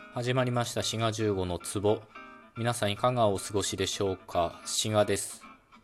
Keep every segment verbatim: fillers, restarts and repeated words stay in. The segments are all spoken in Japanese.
始まりました滋賀じゅうごの壺。皆さんいかがお過ごしでしょうか。滋賀です。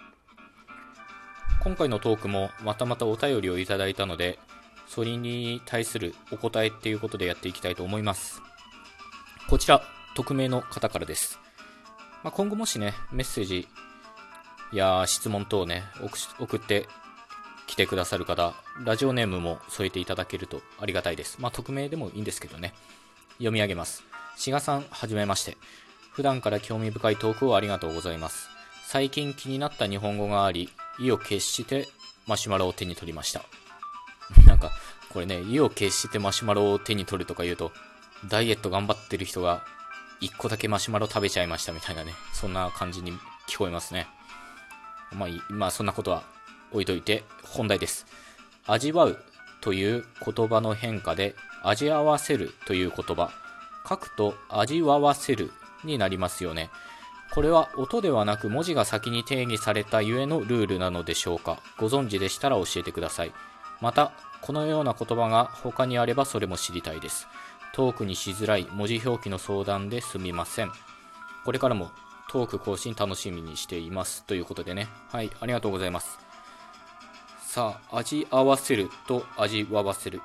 今回のトークもまたまたお便りをいただいたので、それに対するお答えっていうことでやっていきたいと思います。こちら匿名の方からです。まあ、今後もしねメッセージや質問等をね送ってきてくださる方、ラジオネームも添えていただけるとありがたいです。まあ匿名でもいいんですけどね。読み上げます。志賀さん、はじめまして。普段から興味深いトークをありがとうございます。最近気になった日本語があり、意を決してマシュマロを手に取りました。なんかこれね、意を決してマシュマロを手に取るとか言うと、ダイエット頑張ってる人が一個だけマシュマロ食べちゃいましたみたいなね、そんな感じに聞こえますね。まあいい、まあそんなことは置いといて本題です。味わうという言葉の変化で、味合わせるという言葉、書くと味わわせるになりますよね。これは音ではなく文字が先に定義されたゆえのルールなのでしょうか。ご存知でしたら教えてください。またこのような言葉が他にあればそれも知りたいです。トークにしづらい文字表記の相談ですみません。これからもトーク更新楽しみにしています、ということでね。はい、ありがとうございます。さあ、味合わせると味わわせる、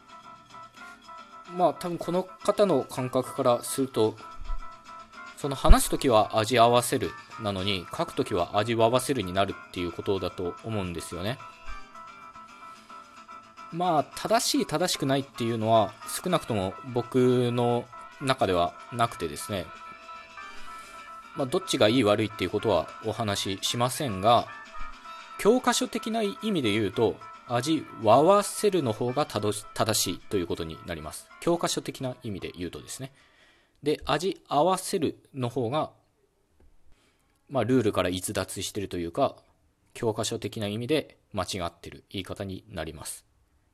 まあ多分この方の感覚からすると、その話すときは味合わせるなのに書くときは味わわせるになるっていうことだと思うんですよね。まあ正しい正しくないっていうのは少なくとも僕の中ではなくてですね、まあどっちがいい悪いっていうことはお話ししませんが、教科書的な意味で言うと味わわせるの方が正しいということになります。教科書的な意味で言うとですね。で、味合わせるの方が、まあ、ルールから逸脱しているというか、教科書的な意味で間違っている言い方になります。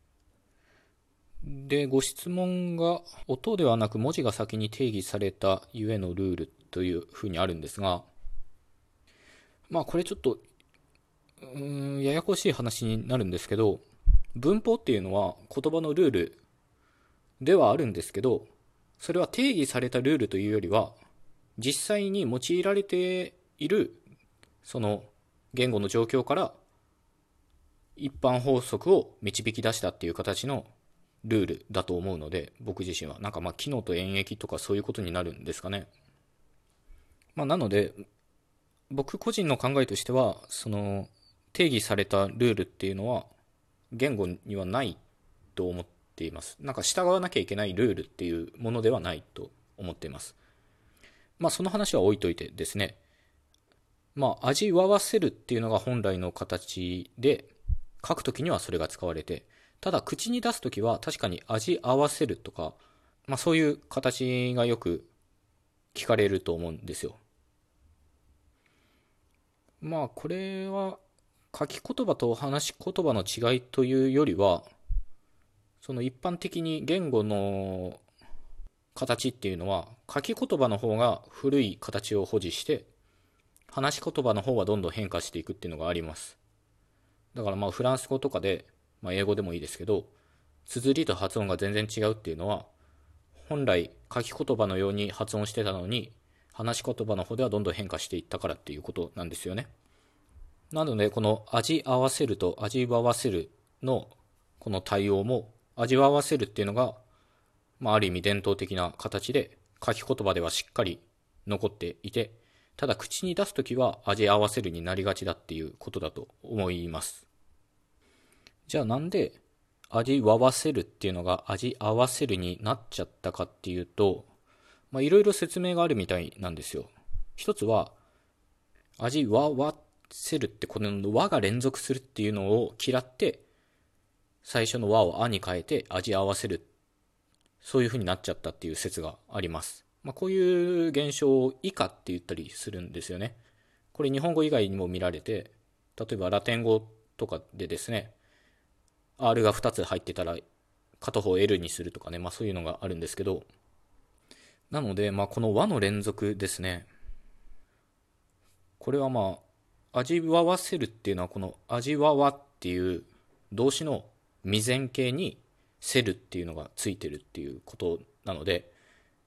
で、ご質問が、音ではなく文字が先に定義されたゆえのルールというふうにあるんですが、まあこれちょっとうーんややこしい話になるんですけど、文法っていうのは言葉のルールではあるんですけど、それは定義されたルールというよりは実際に用いられているその言語の状況から一般法則を導き出したっていう形のルールだと思うので、僕自身はなんかまあ機能と演繹とかそういうことになるんですかね。まあなので僕個人の考えとしては、その定義されたルールっていうのは言語にはないと思っています。なんか従わなきゃいけないルールっていうものではないと思っています。まあその話は置いといてですね、まあ味わわせるっていうのが本来の形で、書くときにはそれが使われて、ただ口に出すときは確かに味合わせるとか、まあそういう形がよく聞かれると思うんですよ。まあこれは書き言葉と話し言葉の違いというよりは、その一般的に言語の形っていうのは書き言葉の方が古い形を保持して、話し言葉の方はどんどん変化していくっていうのがあります。だからまあフランス語とかで、まあ、英語でもいいですけど、綴りと発音が全然違うっていうのは、本来書き言葉のように発音してたのに話し言葉の方ではどんどん変化していったからっていうことなんですよね。なのでこの味合わせると味わわせるのこの対応も、味わわせるっていうのが、まあ、ある意味伝統的な形で書き言葉ではしっかり残っていて、ただ口に出すときは味合わせるになりがちだっていうことだと思います。じゃあなんで味わわせるっていうのが味合わせるになっちゃったかっていうと、まあいろいろ説明があるみたいなんですよ。一つは味わわせるってこの和が連続するっていうのを嫌って、最初の和をあに変えて味合わせる、そういう風になっちゃったっていう説があります。まあこういう現象を異化って言ったりするんですよね。これ日本語以外にも見られて、例えばラテン語とかでですね、R がふたつ入ってたら片方 L にするとかね、まあそういうのがあるんですけど、なのでまあこの和の連続ですね。これはまあ味わわせるっていうのは、この味わわっていう動詞の未然形にせるっていうのがついてるっていうことなので、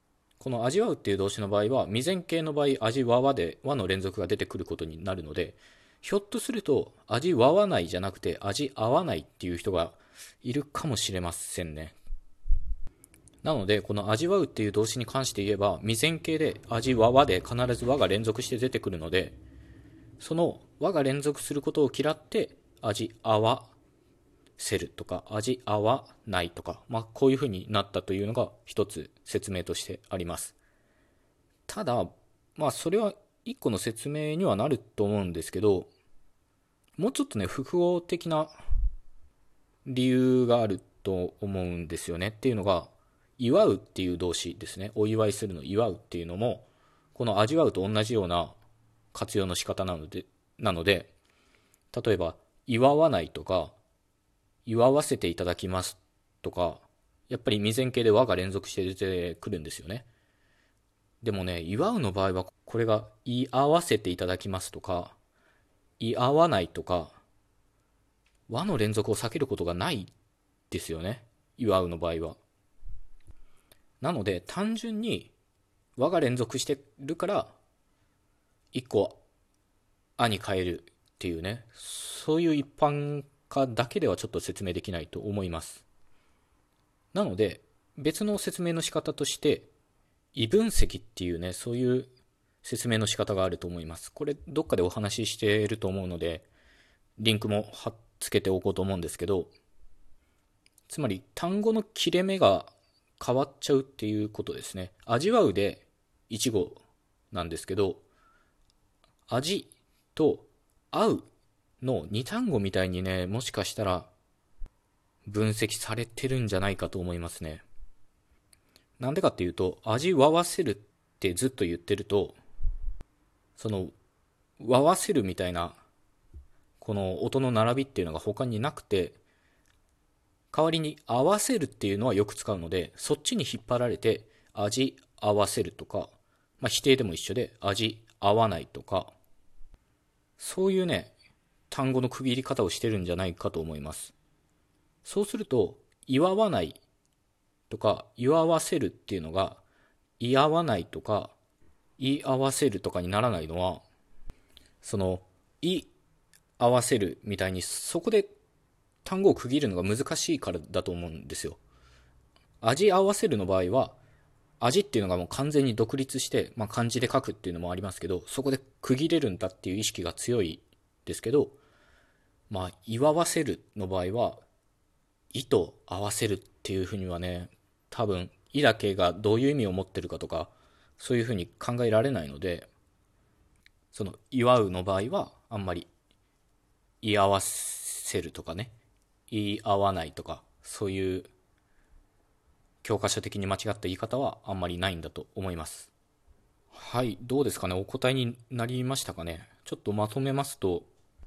この味わうっていう動詞の場合は、未然形の場合、味わわで和の連続が出てくることになるので、ひょっとすると味わわないじゃなくて味合わないっていう人がいるかもしれませんね。なので、この味わうっていう動詞に関して言えば、未然形で味わわで必ず和が連続して出てくるので、その和が連続することを嫌って味合わせるとか味合わないとか、まあ、こういう風になったというのが一つ説明としてあります。ただ、まあそれは一個の説明にはなると思うんですけど、もうちょっとね、複合的な理由があると思うんですよね。っていうのが、祝うっていう動詞ですね。お祝いするの祝うっていうのも、この味わうと同じような活用の仕方なので、なので、例えば、祝わないとか、祝わせていただきますとか、やっぱり未然形で和が連続して出てくるんですよね。でもね、祝うの場合は、これが言い合わせていただきますとか、言い合わないとか、和の連続を避けることがないですよね。祝うの場合は。なので、単純に和が連続してるから、一個、あに変えるっていうね、そういう一般化だけではちょっと説明できないと思います。なので、別の説明の仕方として、異分積っていうね、そういう説明の仕方があると思います。これ、どっかでお話ししていると思うので、リンクも貼っつけておこうと思うんですけど、つまり単語の切れ目が変わっちゃうっていうことですね。味わうで一語なんですけど、味と合うの二単語みたいにね、もしかしたら分析されてるんじゃないかと思いますね。なんでかっていうと、味わわせるってずっと言ってると、その、わわせるみたいな、この音の並びっていうのが他になくて、代わりに合わせるっていうのはよく使うので、そっちに引っ張られて、味合わせるとか、まあ否定でも一緒で、味合わないとか、そういうね、単語の区切り方をしてるんじゃないかと思います。そうすると、祝わないとか、祝わせるっていうのが、言合わないとか、言い合わせるとかにならないのは、その、言い合わせるみたいに、そこで単語を区切るのが難しいからだと思うんですよ。味合わせるの場合は、味っていうのがもう完全に独立して、まあ、漢字で書くっていうのもありますけど、そこで区切れるんだっていう意識が強いですけど、まあ、祝わせるの場合は、意と合わせるっていうふうにはね、多分、意だけがどういう意味を持ってるかとか、そういうふうに考えられないので、その、祝うの場合は、あんまり、言い合わせるとかね、言い合わないとか、そういう教科書的に間違った言い方はあんまりないんだと思います。はい、どうですかね、お答えになりましたかね。ちょっとまとめますと、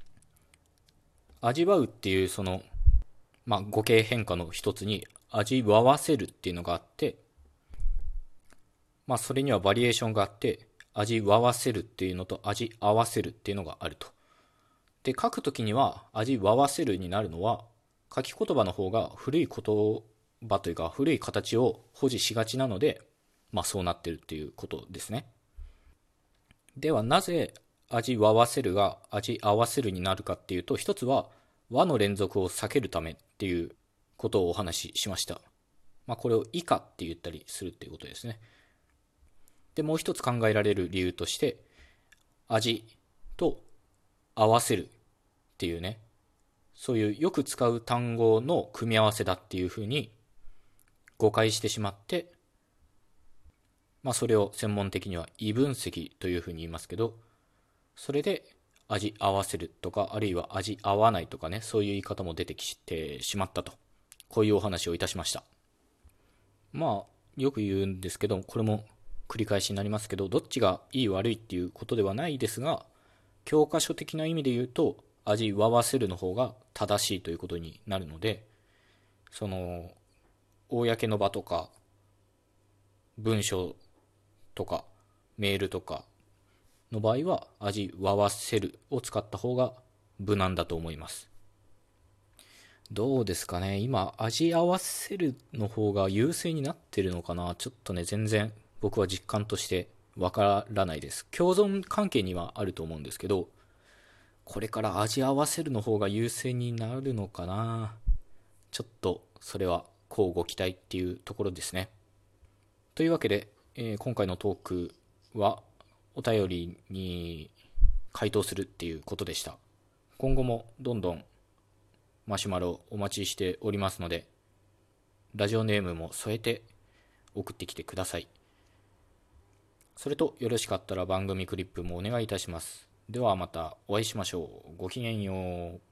味わうっていうその、まあ、語形変化の一つに味わわせるっていうのがあって、まあ、それにはバリエーションがあって、味わわせるっていうのと味合わせるっていうのがあると。で、書くときには味わわせるになるのは、書き言葉の方が古い言葉というか古い形を保持しがちなので、まあそうなってるっていうことですね。ではなぜ味わわせるが味合わせるになるかっていうと、一つは和の連続を避けるためっていうことをお話ししました。まあこれを以下って言ったりするっていうことですね。で、もう一つ考えられる理由として、味と合わせるっていうね、そういうよく使う単語の組み合わせだっていうふうに誤解してしまって、まあそれを専門的には異分析というふうに言いますけど、それで味合わせるとか、あるいは味合わないとかね、そういう言い方も出てきてしまったと。こういうお話をいたしました。まあ、よく言うんですけど、これも繰り返しになりますけど、どっちがいい悪いっていうことではないですが、教科書的な意味で言うと、味わわせるの方が正しいということになるので、その、公の場とか、文章とか、メールとかの場合は、味わわせるを使った方が無難だと思います。どうですかね、今、味合わせるの方が優勢になってるのかな、ちょっとね、全然僕は実感としてわからないです。共存関係にはあると思うんですけど、これから味合わせるの方が優先になるのかな。ちょっとそれは乞うご期待っていうところですね。というわけで、えー今回のトークはお便りに回答するっていうことでした。今後もどんどんマシュマロお待ちしておりますので、ラジオネームも添えて送ってきてください。それとよろしかったら番組クリップもお願いいたします。ではまたお会いしましょう。ごきげんよう。